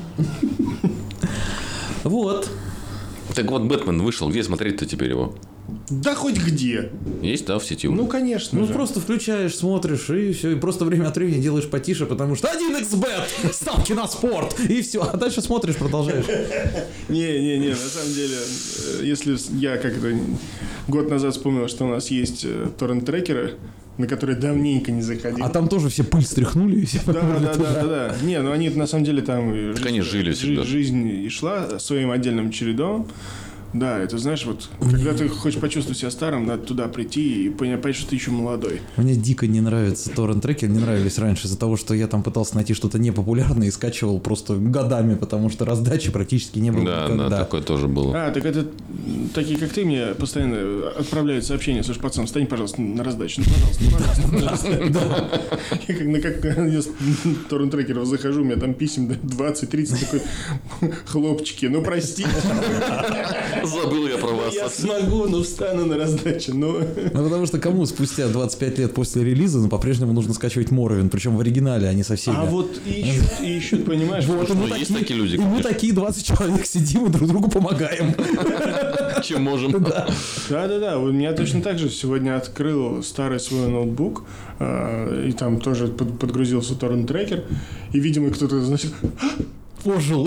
Вот. Так вот, Бэтмен вышел, где смотреть-то теперь его? Да хоть где. Есть, да, в сети уже? Ну, конечно Ну, же. просто включаешь, смотришь, и все. И просто время от времени делаешь потише, потому что один икс бет, ставки на спорт, и все. А дальше смотришь, продолжаешь. Не-не-не, на самом деле, э, если я как-то год назад вспомнил, что у нас есть э, торрент-трекеры, на которые давненько не заходил. А там тоже все пыль стряхнули, и все Да, поперли да, туда. да, да, да. Не, ну они на самом деле там... и Так они жили жи- всегда. Жизнь и шла своим отдельным чередом. Да, это знаешь, вот, когда ты хочешь почувствовать себя старым, надо туда прийти и понять, что ты еще молодой. Мне дико не нравятся торрент-треки, не нравились раньше из-за того, что я там пытался найти что-то непопулярное и скачивал просто годами, потому что раздачи практически не было Да, никогда. да, такое тоже было. А, так это м, такие, как ты, мне постоянно отправляют сообщения. Слушай, пацан, встань, пожалуйста, на раздачу. Ну, пожалуйста, пожалуйста, пожалуйста. Я как на как я с торрент-трекеров захожу, у меня там писем двадцать-тридцать такой, хлопчики, ну простите. Забыл я про вас. Я смогу, но встану на раздачу. Ну, Ну, потому что кому спустя двадцать пять лет после релиза, ну, по-прежнему нужно скачивать Моровин, причем в оригинале, а не со всеми. а вот и ищут, и ищут, понимаешь? Вот, и мы Ну, есть такие- такие люди, И мы конечно. такие двадцать человек сидим и друг другу помогаем. Чем можем. Да-да-да, у меня точно так же сегодня открыл старый свой ноутбук, э, и там тоже под- подгрузился торрент-трекер, и, видимо, кто-то, значит, Пожил.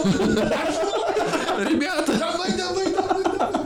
Ребята! давай, давай, давай.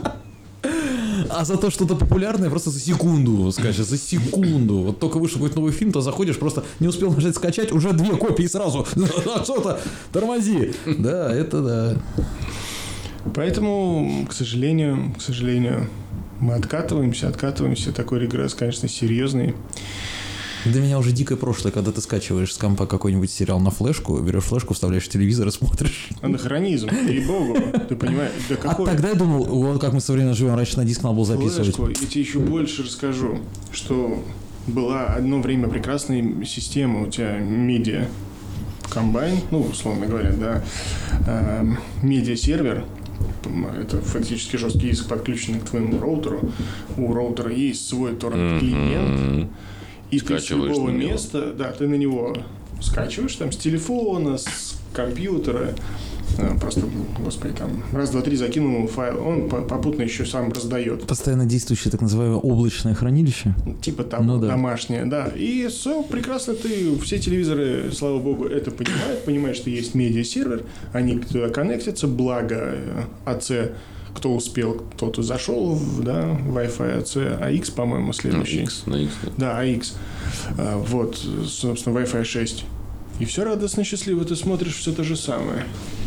А за то что-то популярное просто за секунду скачешь, за секунду. Вот только вышел какой-то новый фильм, то заходишь, просто не успел нажать скачать, уже две копии сразу. А что-то, тормози. Да, это да. Поэтому, к сожалению, к сожалению, мы откатываемся, откатываемся. Такой регресс, конечно, серьезный. Для меня уже дикое прошлое, когда ты скачиваешь с компа какой-нибудь сериал на флешку, берешь флешку, вставляешь в телевизор и смотришь. Анахронизм, ей-богу, ты понимаешь, да А какой... тогда я думал, вот как мы современно живем, раньше на диск надо было записывать. Флешку, я тебе еще больше расскажу, что была одно время прекрасная система у тебя медиа комбайн, ну, условно говоря, да, э, медиа-сервер, это фактически жесткий диск, подключенный к твоему роутеру. У роутера есть свой торрент-клиент, и ты с Скачиваешь любого на него. места, да, ты на него скачиваешь, там, с телефона, с компьютера, э, просто, господи, там, раз, два, три, закинул ему файл, он по- попутно еще сам раздает. Постоянно действующее так называемое облачное хранилище. Типа того, Ну да. домашнее, да. И все, прекрасно ты, все телевизоры, слава богу, это понимают, понимают, что есть медиа-сервер, они туда коннектятся, благо э, АЦ, кто успел, тот и зашел, в, да, Wi-Fi эй си, эй икс, по-моему, Ну, следующий. X, на X. да. Да, эй икс. А, вот, собственно, Wi-Fi шесть. И все радостно, счастливо, ты смотришь все то же самое.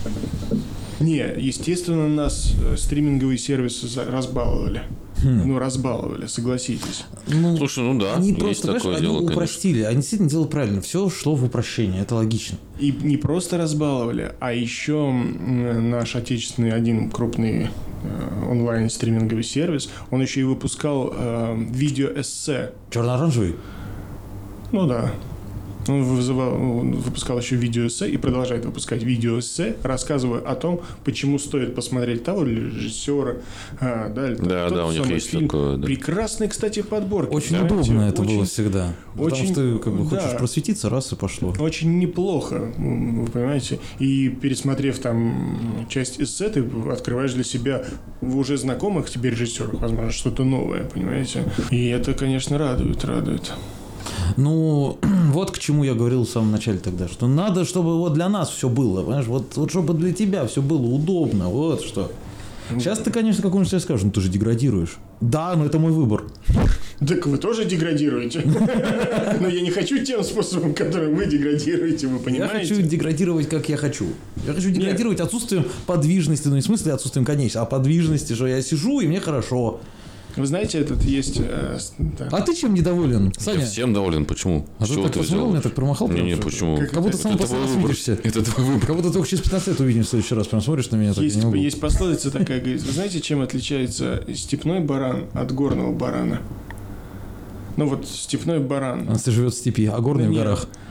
Не, естественно, нас э, стриминговые сервисы за- разбаловали. Ну, разбаловали, согласитесь. Ну, Слушай, ну да, они есть просто, такое понимаешь, дело, они конечно. упростили. Они действительно делают правильно. Все шло в упрощение. Это логично. И не просто разбаловали, а еще м, наш отечественный один крупный э, онлайн-стриминговый сервис, он еще и выпускал э, видеоэссе. Черно-оранжевый? Ну да. Он вызывал, он выпускал еще видеоэссе и продолжает выпускать видеоэссе, рассказывая о том, почему стоит посмотреть того режиссера. А, да, или Да, тот да, у них самый есть фильм. такое, да. Прекрасный, кстати, подборки. Очень Знаете, удобно это очень- было всегда. Потому очень- что ты как бы да. хочешь просветиться, раз и пошло. Очень неплохо, м, вы понимаете. И пересмотрев там часть эссе, ты открываешь для себя в уже знакомых тебе режиссерах, возможно, что-то новое, понимаете. И это, конечно, радует, радует. Ну, вот к чему я говорил в самом начале тогда, что надо, чтобы вот для нас все было, понимаешь, вот, вот чтобы для тебя все было удобно, вот что. Сейчас ты, конечно, какому-нибудь тебе скажешь, ну ты же деградируешь. Да, но это мой выбор. Так вы тоже деградируете. Но я не хочу тем способом, которым вы деградируете, вы Я понимаете? хочу деградировать, как я хочу. Я хочу деградировать отсутствием подвижности, ну не в смысле отсутствием конечности, а подвижности, что я сижу и мне хорошо. Вы знаете, этот есть... э, с- да. А ты чем недоволен, Саня? Я всем доволен. Почему? А С ты чего так ты посмотрел, взял? меня так промахал? Не, прям, не, что- почему? Как- Как будто Это сам твой последний раз выбор. увидишься. Это твой выбор. Как будто только через пятнадцать лет увидишь в следующий раз. Прям смотришь на меня, так Есть, я не могу. есть пословица такая, говорит, вы знаете, чем отличается степной баран от горного барана? Ну вот степной баран. А если живет в степи, а горный в Да нет. горах.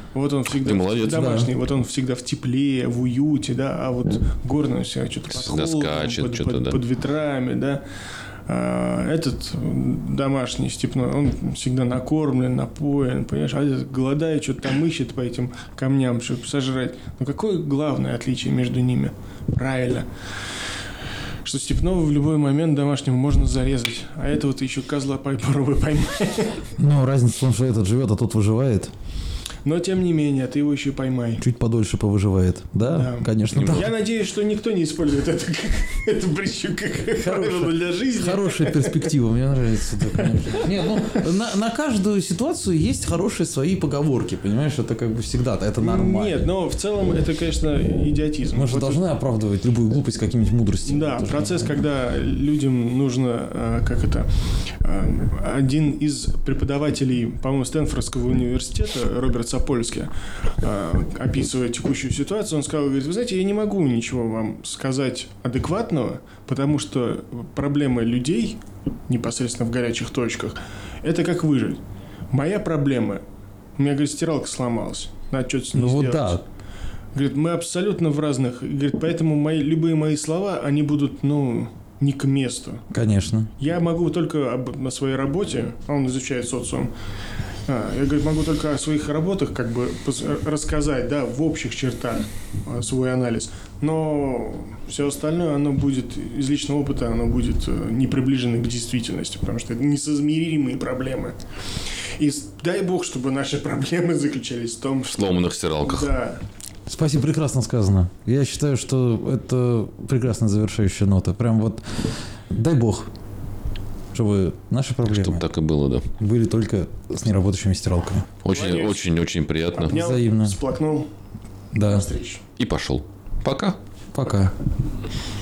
Вот он всегда Ты молодец. домашний, Да. вот он всегда в тепле, в уюте, да, а вот горный он всегда что-то под Всегда холодом, скачет, под, что-то, под- да. под ветрами, да. А этот домашний степной, он всегда накормлен, напоен, понимаешь, а этот голодает, что-то там ищет по этим камням, чтобы сожрать. Но какое главное отличие между ними? Правильно. Что степного в любой момент домашнего можно зарезать, а этого ты еще козла попробуй поймай. Ну, разница в том, что этот живет, а тот выживает. Но тем не менее, ты его еще поймай. Чуть подольше повыживает. Да, Да. конечно. да. Я надеюсь, что никто не использует это, как- эту прыщу как правило для жизни. Хорошая перспектива, мне нравится. Да, конечно. Нет, ну, на, на каждую ситуацию есть хорошие свои поговорки, понимаешь? Это как бы всегда, это нормально. Нет, но в целом это, конечно, идиотизм. Мы же Вот должны оправдывать любую глупость какими-нибудь мудростями. Да, Это же процесс, нормально. когда людям нужно, э, как это, э, один из преподавателей, по-моему, Стэнфордского университета, Роберт Сапольский, э, описывая текущую ситуацию, он сказал, говорит, вы знаете, я не могу ничего вам сказать адекватного, потому что проблема людей, непосредственно в горячих точках, это как выжить. Моя проблема, у меня, говорит, стиралка сломалась, надо что-то с ней Ну вот сделать. да. Говорит, мы абсолютно в разных. Говорит, поэтому мои, любые мои слова, они будут, ну, не к месту. Конечно. Я могу только об, на своей работе, а он изучает социум, а, я, говорит, могу только о своих работах как бы пос- рассказать, да, в общих чертах а, свой анализ. Но все остальное, оно будет, из личного опыта, оно будет э, не приближено к действительности, потому что это несоизмеримые проблемы. И с- дай бог, чтобы наши проблемы заключались в том, В что... сломанных стиралках. Да, Спасибо, прекрасно сказано. Я считаю, что это прекрасная завершающая нота. Прям вот дай бог, чтобы наши проблемы Чтобы так и было, да. были только с неработающими стиралками. Очень, Молодец. очень, очень приятно. обнял, Взаимно. всплакнул, Да. до встречи. И пошел. Пока. Пока.